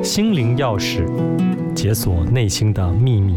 心灵钥匙，解锁内心的秘密。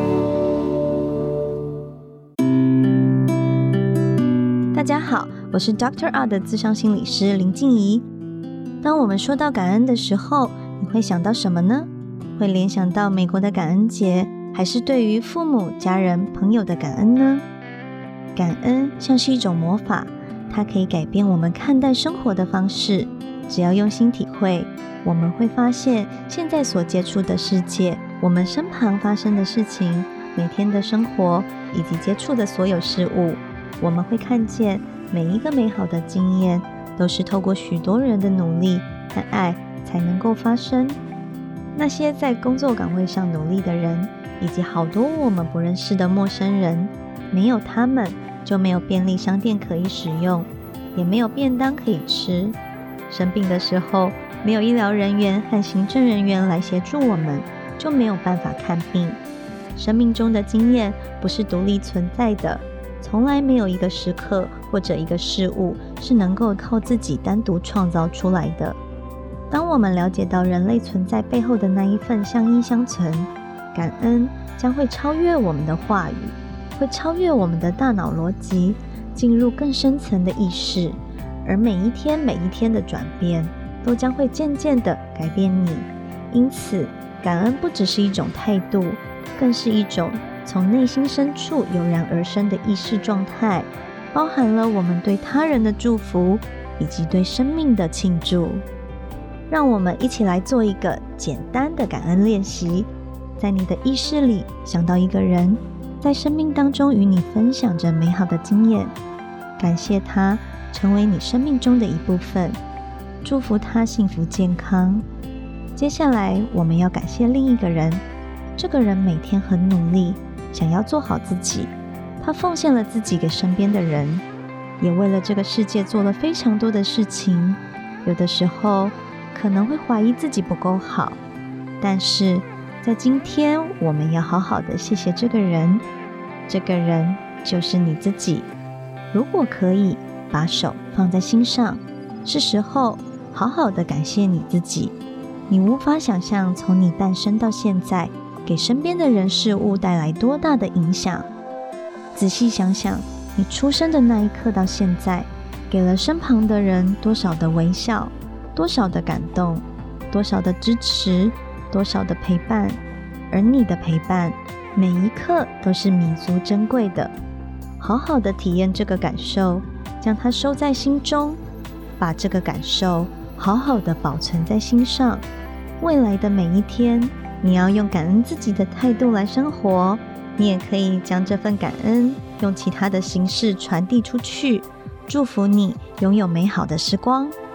大家好，我是 Dr. R 的諮商心理師林靜怡。當我們說到感恩的時候，你會想到什麼呢？會聯想到美國的感恩節，還是對於父母、家人、朋友的感恩呢？感恩像是一種魔法，它可以改變我們看待生活的方式。只要用心體會，我們會發現現在所接觸的世界，我們身旁發生的事情，每天的生活以及接觸的所有事物，我們會看見每一個美好的經驗都是透過許多人的努力和愛才能夠發生。那些在工作崗位上努力的人，以及好多我們不認識的陌生人，沒有他們就沒有便利商店可以使用，也沒有便當可以吃。生病的時候，沒有醫療人員和行政人員來協助我們，就沒有辦法看病。生命中的經驗不是獨立存在的，從來沒有一個時刻或者一個事物是能夠靠自己單獨創造出來的。當我們了解到人類存在背後的那一份相依相存，感恩將會超越我們的話語，會超越我們的大腦邏輯，進入更深層的意識，而每一天每一天的轉變都將會漸漸地改變你。因此，感恩不只是一種態度，更是一種從內心深處油然而生的意識狀態，包含了我們對他人的祝福以及對生命的慶祝。讓我們一起來做一個簡單的感恩練習。在你的意識裡想到一個人，在生命當中與你分享着美好的經驗，感謝他成為你生命中的一部分，祝福他幸福健康。接下來我們要感謝另一個人，這個人每天很努力，想要做好自己，他奉獻了自己給身邊的人，也為了這個世界做了非常多的事情。有的時候可能會懷疑自己不夠好，但是在今天我們要好好的謝謝這個人，這個人就是你自己。如果可以把手放在心上，是時候好好的感謝你自己。你無法想象從你誕生到現在，給身邊的人事物帶來多大的影響。仔細想想，你出生的那一刻到現在，給了身旁的人多少的微笑，多少的感動，多少的支持，多少的陪伴。而你的陪伴，每一刻都是彌足珍貴的。好好的體驗這個感受，將它收在心中，把這個感受好好的保存在心上。未來的每一天，你要用感恩自己的態度來生活。你也可以將這份感恩用其他的形式傳遞出去，祝福你擁有美好的時光。